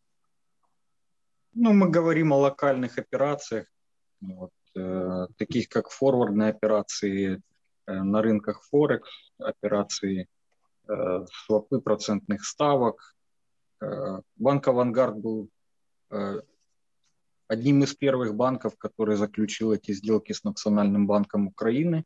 S5: Ну, мы говорим о локальных операциях, вот, э, таких как форвардные операции э, на рынках Форекс, операции э, свопы процентных ставок. Э, банк «Авангард» был э, одним из первых банков, который заключил эти сделки с Национальным банком Украины.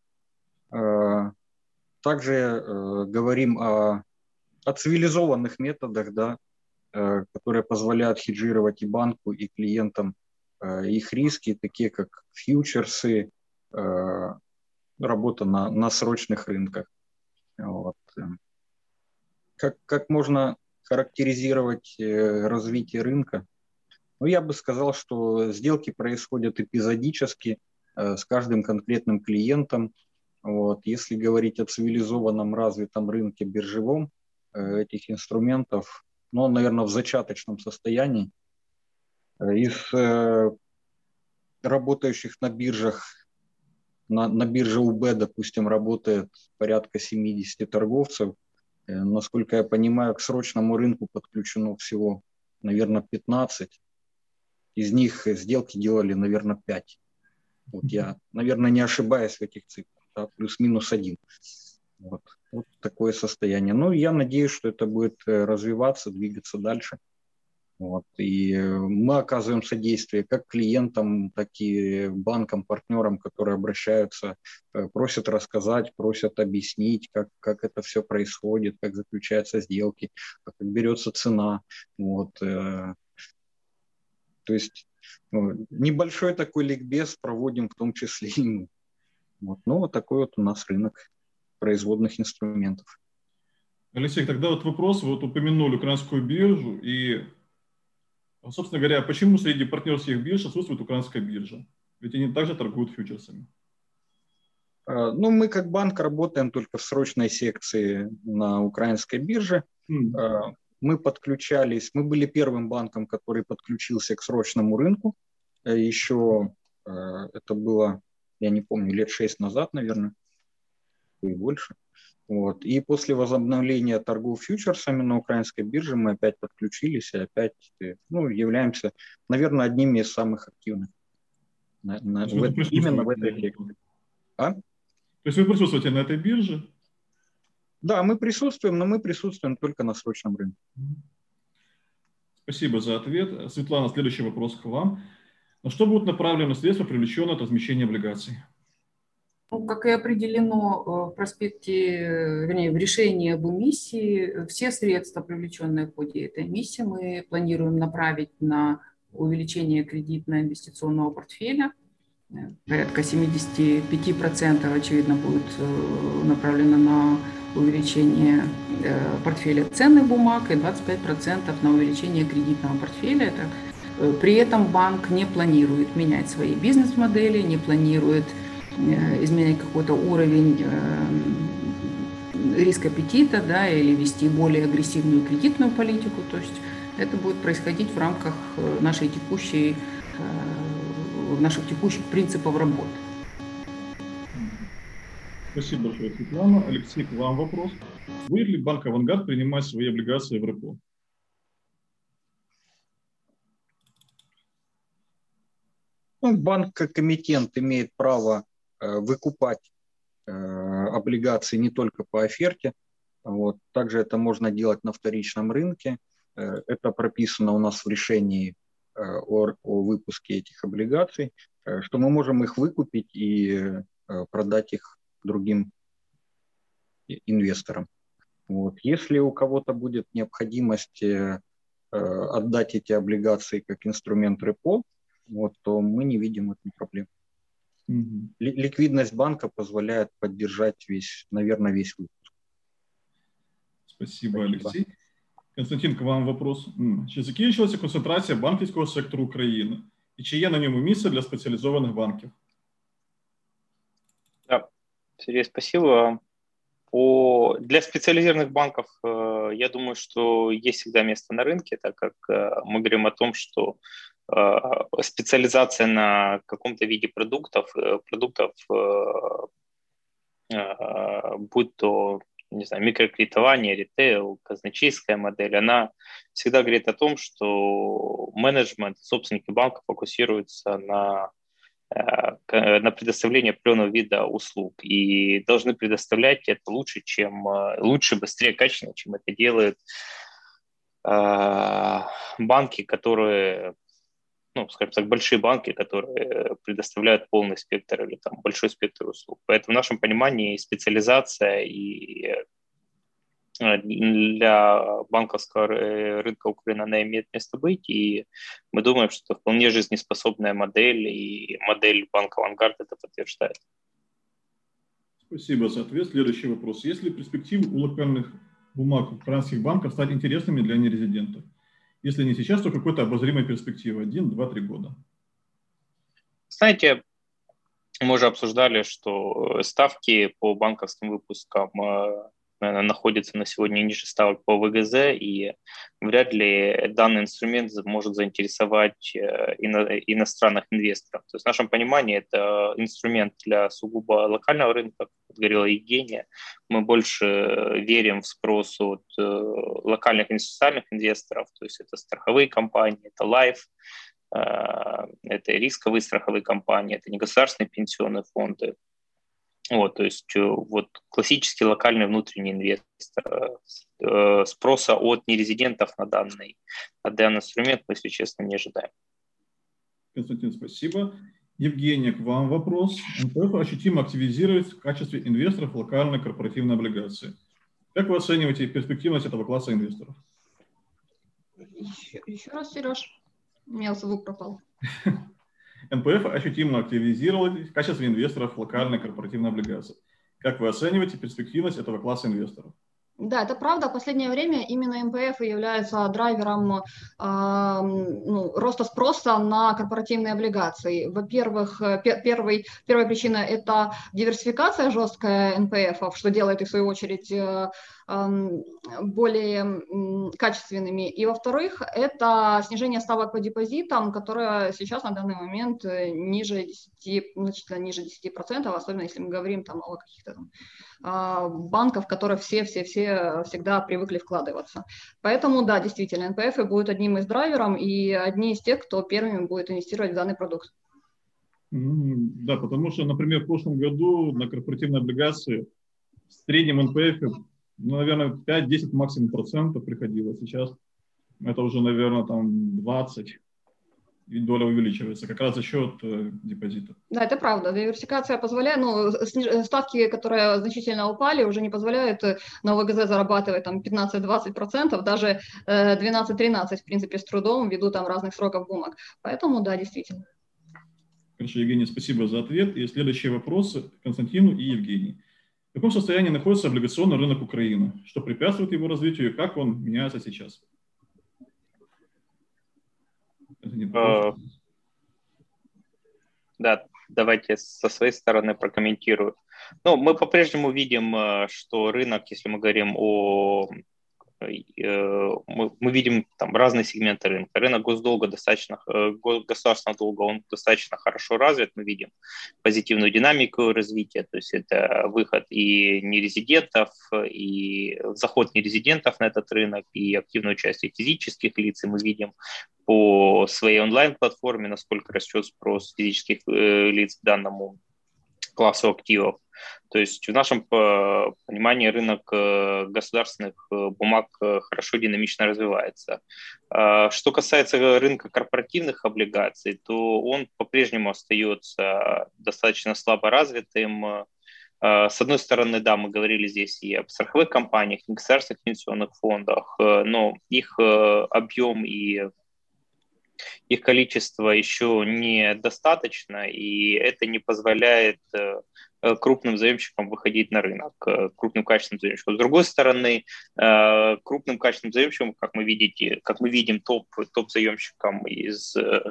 S5: Также э, говорим о, о цивилизованных методах, да, э, которые позволяют хеджировать и банку, и клиентам э, их риски, такие как фьючерсы, э, работа на, на срочных рынках. Вот. Как, как можно характеризировать э, развитие рынка? Ну, я бы сказал, что сделки происходят эпизодически э, с каждым конкретным клиентом. Вот. Если говорить о цивилизованном развитом рынке биржевом, э, этих инструментов, ну, он, наверное, в зачаточном состоянии. Из э, работающих на биржах, на, на бирже у бэ, допустим, работает порядка семьдесят торговцев. Э, насколько я понимаю, к срочному рынку подключено всего наверное, пятнадцать. Из них сделки делали, наверное, пять. Вот я, наверное, не ошибаюсь в этих цифрах, да, плюс-минус один. Вот. Вот такое состояние. Ну, я надеюсь, что это будет развиваться, двигаться дальше. Вот. И мы оказываем содействие как клиентам, так и банкам, партнерам, которые обращаются, просят рассказать, просят объяснить, как, как это все происходит, как заключаются сделки, как берется цена. Вот. То есть небольшой такой ликбез проводим в том числе и мы. Вот. Ну, вот такой вот у нас рынок производных инструментов.
S2: Алексей, тогда вот вопрос, вы вот упомянули украинскую биржу, и, собственно говоря, почему среди партнерских бирж отсутствует украинская биржа? Ведь они также торгуют фьючерсами.
S5: Ну, мы как банк работаем только в срочной секции на украинской бирже. Mm. Мы подключались, мы были первым банком, который подключился к срочному рынку. Еще это было, я не помню, лет шесть назад, наверное, и больше. Вот. И после возобновления торгов фьючерсами на украинской бирже мы опять подключились и опять, ну, являемся, наверное, одними из самых активных на, на, в это, именно в этой секции. А?
S2: То есть вы присутствуете на этой бирже?
S5: Да, мы присутствуем, но мы присутствуем только на срочном рынке.
S2: Спасибо за ответ. Светлана, следующий вопрос к вам. На что будут направлены средства, привлеченные от размещения облигаций?
S4: Ну, как и определено в проспекте, вернее, в решении об эмиссии, все средства, привлеченные в ходе этой эмиссии, мы планируем направить на увеличение кредитно-инвестиционного портфеля. Порядка семьдесят пять процентов, очевидно, будет направлено на увеличение портфеля ценных бумаг и двадцать пять процентов на увеличение кредитного портфеля. Это, при этом банк не планирует менять свои бизнес-модели, не планирует изменять какой-то уровень риска аппетита, да, или вести более агрессивную кредитную политику. То есть это будет происходить в рамках нашей текущей, наших текущих принципов работы.
S2: Спасибо большое, Светлана. Алексей, к вам вопрос. Будет ли банк «Авангард» принимать свои облигации в репо?
S5: Ну, банк как эмитент имеет право э, выкупать э, облигации не только по оферте. Вот. Также это можно делать на вторичном рынке. Э, это прописано у нас в решении э, о, о выпуске этих облигаций, э, что мы можем их выкупить и э, продать их другим инвесторам. Вот. Если у кого-то будет необходимость э, отдать эти облигации как инструмент репо, вот, то мы не видим в этом проблем. Mm-hmm. Ликвидность банка позволяет поддержать весь, наверное, весь выпуск.
S2: Спасибо, Спасибо. Алексей. Константин, к вам вопрос. Чи закінчилася концентрація банківського сектору України? І чи є на ньому місце для спеціалізованих банків?
S3: Да, Сергей, спасибо. По... Для специализированных банков, э, я думаю, что есть всегда место на рынке, так как э, мы говорим о том, что э, специализация на каком-то виде продуктов, э, продуктов э, э, будь то, не знаю, микрокредитование, ритейл, казначейская модель, она всегда говорит о том, что менеджмент, собственники банка фокусируются на на предоставление определенного вида услуг и должны предоставлять это лучше, чем лучше, быстрее, качественнее, чем это делают э, банки, которые, ну, скажем так, большие банки, которые предоставляют полный спектр или там большой спектр услуг. Поэтому в нашем понимании специализация и для банковского рынка Украины она имеет место быть, и мы думаем, что это вполне жизнеспособная модель, и модель банка «Авангард» это подтверждает.
S2: Спасибо за ответ. Следующий вопрос. Есть ли перспективы у локальных бумаг украинских банков стать интересными для нерезидентов? Если не сейчас, то какой-то обозримой перспективы? Один, два, три года?
S3: Знаете, мы уже обсуждали, что ставки по банковским выпускам находится на сегодня ниже ставок по вэ гэ зэ, и вряд ли данный инструмент может заинтересовать ино- иностранных инвесторов. То есть в нашем понимании это инструмент для сугубо локального рынка, как говорила Евгения. Мы больше верим в спрос от локальных институциональных инвесторов, то есть это страховые компании, это Life, это рисковые страховые компании, это негосударственные пенсионные фонды. Вот, то есть вот классический локальный внутренний инвестор. Спроса от нерезидентов на данный, на данный инструмент мы, если честно, не ожидаем.
S2: Константин, спасибо. Евгения, к вам вопрос. эн пэ эф ощутимо активизирует в качестве инвесторов локальные корпоративные облигации. Как вы оцениваете перспективность этого класса инвесторов?
S7: Еще, еще раз, Сереж, у меня звук пропал.
S2: эн пэ эф ощутимо активизировали в качестве инвесторов локальной корпоративной облигации. Как вы оцениваете перспективность этого класса инвесторов?
S7: Да, это правда. В последнее время именно эн пэ эф является драйвером э, ну, роста спроса на корпоративные облигации. Во-первых, пер, первый, первая причина – это диверсификация жесткая эн пэ эф, что делает их, в свою очередь, э, э, более э, качественными. И, во-вторых, это снижение ставок по депозитам, которое сейчас на данный момент ниже десяти, значительно ниже десяти процентов, особенно если мы говорим там, о каких-то там, банков, в которые все-все-все всегда привыкли вкладываться. Поэтому, да, действительно, эн пэ эф будет одним из драйверов и одни из тех, кто первыми будет инвестировать в данный продукт.
S2: Да, потому что, например, в прошлом году на корпоративные облигации в среднем эн пэ эф, ну, наверное, пять-десять максимум процентов приходило. Сейчас это уже, наверное, там двадцать. И доля увеличивается как раз за счет э, депозита.
S7: Да, это правда. Диверсификация позволяет, ну, ставки, которые значительно упали, уже не позволяют на вэ гэ зэ зарабатывать там пятнадцать-двадцать процентов, даже э, двенадцать-тринадцать, в принципе, с трудом, ввиду там разных сроков бумаг. Поэтому, да, действительно.
S2: Хорошо, Евгений, спасибо за ответ. И следующие вопросы Константину и Евгении. В каком состоянии находится облигационный рынок Украины? Что препятствует его развитию и как он меняется сейчас?
S3: Uh, да, давайте со своей стороны прокомментирую. Ну, мы по-прежнему видим, что рынок, если мы говорим о... Мы, мы видим там разные сегменты рынка. Рынок госдолга достаточно, государственного долга, он достаточно хорошо развит. Мы видим позитивную динамику развития, то есть это выход и нерезидентов, и заход нерезидентов на этот рынок, и активное участие физических лиц. И мы видим по своей онлайн-платформе, насколько растет спрос физических э, лиц к данному классу активов. То есть в нашем понимании рынок государственных бумаг хорошо динамично развивается. Что касается рынка корпоративных облигаций, то он по-прежнему остается достаточно слабо развитым. С одной стороны, да, мы говорили здесь и об страховых компаниях, и государственных пенсионных фондах, но их объем и их количество еще недостаточно, и это не позволяет крупным заемщикам выходить на рынок, крупным качественным заемщикам. С другой стороны, крупным качественным заемщикам, как мы, видите, как мы видим, топ, топ-заемщикам из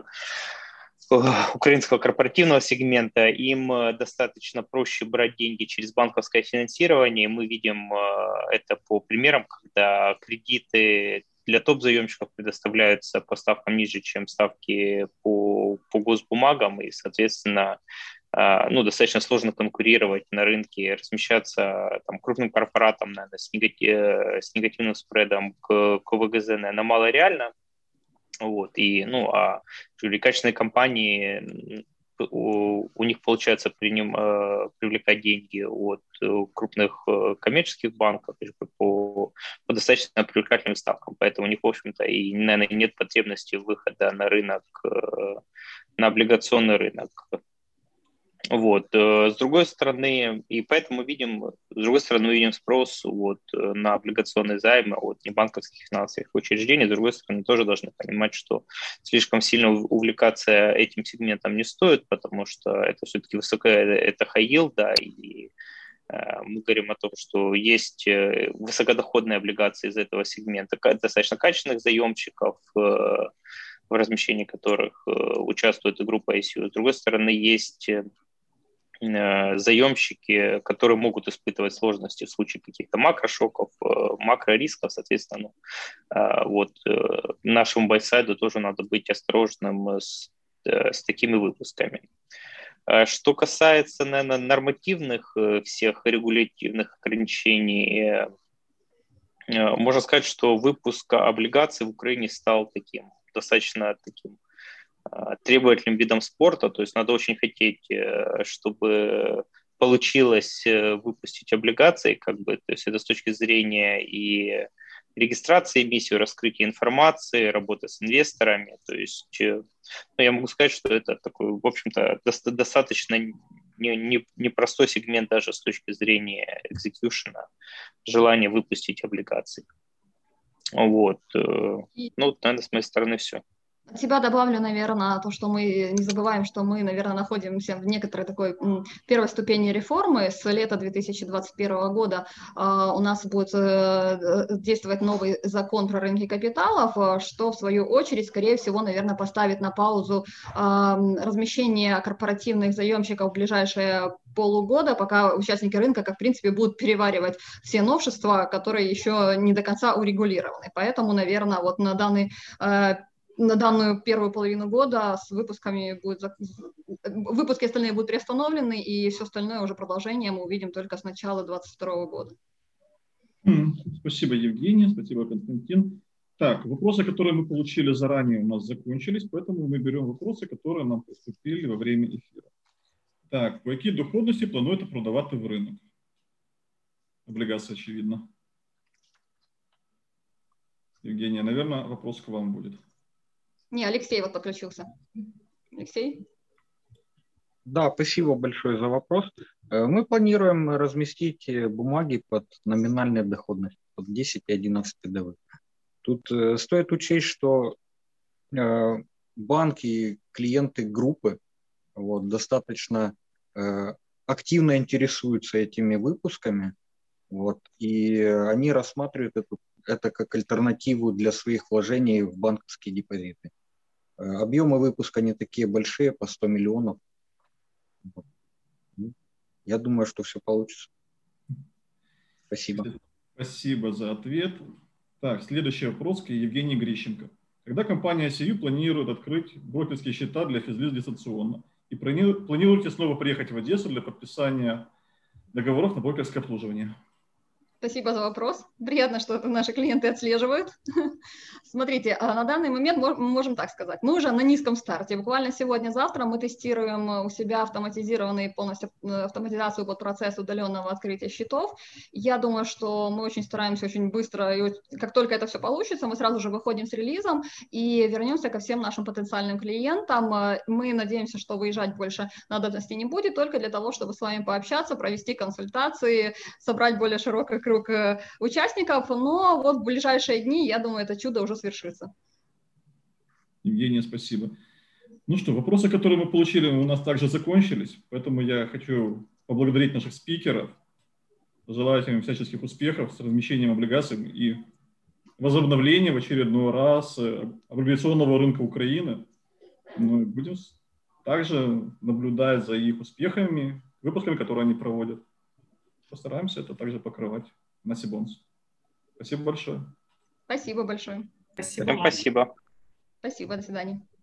S3: украинского корпоративного сегмента, им достаточно проще брать деньги через банковское финансирование. Мы видим это по примерам, когда кредиты для топ-заемщиков предоставляются по ставкам ниже, чем ставки по, по госбумагам, и, соответственно, ну, достаточно сложно конкурировать на рынке, размещаться там, крупным корпоратам, наверное, с, негатив, с негативным спредом к, к вэ гэ зэ, наверное, мало реально. Вот, и, ну, а качественные компании, у, у них получается приним, привлекать деньги от крупных коммерческих банков по, по достаточно привлекательным ставкам, поэтому у них, в общем-то, и, наверное, нет потребности выхода на рынок, на облигационный рынок. Вот. С другой стороны, и поэтому мы видим, с другой стороны, мы видим спрос вот, на облигационные займы от небанковских финансовых учреждений. С другой стороны, тоже должны понимать, что слишком сильно увлекаться этим сегментом не стоит, потому что это все-таки высокая, это high yield, да, и э, мы говорим о том, что есть высокодоходные облигации из этого сегмента, достаточно качественных заемщиков, э, в размещении которых э, участвует и группа ай си ю. С другой стороны, есть заемщики, которые могут испытывать сложности в случае каких-то макрошоков, макрорисков, соответственно, вот нашему байсайду тоже надо быть осторожным с, с такими выпусками. Что касается, наверное, нормативных всех регулятивных ограничений, можно сказать, что выпуск облигаций в Украине стал таким, достаточно таким требовательным видом спорта, то есть надо очень хотеть, чтобы получилось выпустить облигации, как бы, то есть это с точки зрения и регистрации эмиссии, раскрытия информации, работы с инвесторами, то есть ну, я могу сказать, что это такой, в общем-то, достаточно непростой сегмент даже с точки зрения экзекьюшена, желания выпустить облигации. Вот. Ну, наверное, с моей стороны все.
S7: От себя добавлю, наверное, то, что мы не забываем, что мы, наверное, находимся в некоторой такой первой ступени реформы. С лета две тысячи двадцать первого года э, у нас будет э, действовать новый закон про рынки капиталов, что, в свою очередь, скорее всего, наверное, поставит на паузу э, размещение корпоративных заемщиков в ближайшие полугода, пока участники рынка, как в принципе, будут переваривать все новшества, которые еще не до конца урегулированы. Поэтому, наверное, вот на данный э, на данную первую половину года с выпусками будет, выпуски остальные будут приостановлены, и все остальное уже продолжение мы увидим только с начала две тысячи двадцать второго года.
S2: Спасибо, Евгений, спасибо, Константин. Так, вопросы, которые мы получили заранее, у нас закончились, поэтому мы берем вопросы, которые нам поступили во время эфира. Так, по какие доходности плануєте продавати в рынок? Облигации, очевидно. Евгения, наверное, вопрос к вам будет.
S7: Не, Алексей вот подключился. Алексей?
S5: Да, спасибо большое за вопрос. Мы планируем разместить бумаги под номинальной доходностью, под десять и одиннадцать тэ дэ вэ. Тут стоит учесть, что банки, клиенты группы вот, достаточно активно интересуются этими выпусками, вот, и они рассматривают эту, это как альтернативу для своих вложений в банковские депозиты. Объемы выпуска не такие большие, по сто миллионов. Я думаю, что все получится. Спасибо.
S2: Спасибо за ответ. Так, следующий вопрос к Евгении Грищенко. Когда компания си ю планирует открыть брокерские счета для физлиц дистанционно? И планируете снова приехать в Одессу для подписания договоров на брокерское обслуживание?
S7: Спасибо за вопрос. Приятно, что это наши клиенты отслеживают. Смотрите, на данный момент мы можем так сказать. Мы уже на низком старте. Буквально сегодня-завтра мы тестируем у себя автоматизированную полностью автоматизацию под процесс удаленного открытия счетов. Я думаю, что мы очень стараемся очень быстро, и как только это все получится, мы сразу же выходим с релизом и вернемся ко всем нашим потенциальным клиентам. Мы надеемся, что выезжать больше надобности не будет, только для того, чтобы с вами пообщаться, провести консультации, собрать более широкий круг участников, но вот в ближайшие дни, я думаю, это чудо уже свершится.
S2: Евгения, спасибо. Ну что, вопросы, которые мы получили, у нас также закончились, поэтому я хочу поблагодарить наших спикеров, пожелать им всяческих успехов с размещением облигаций и возобновления в очередной раз облигационного рынка Украины. Мы будем также наблюдать за их успехами, выпусками, которые они проводят. Постараемся это также покрывать на Сибонс. Спасибо большое.
S7: Спасибо большое.
S3: Спасибо. Спасибо.
S7: Спасибо, до свидания.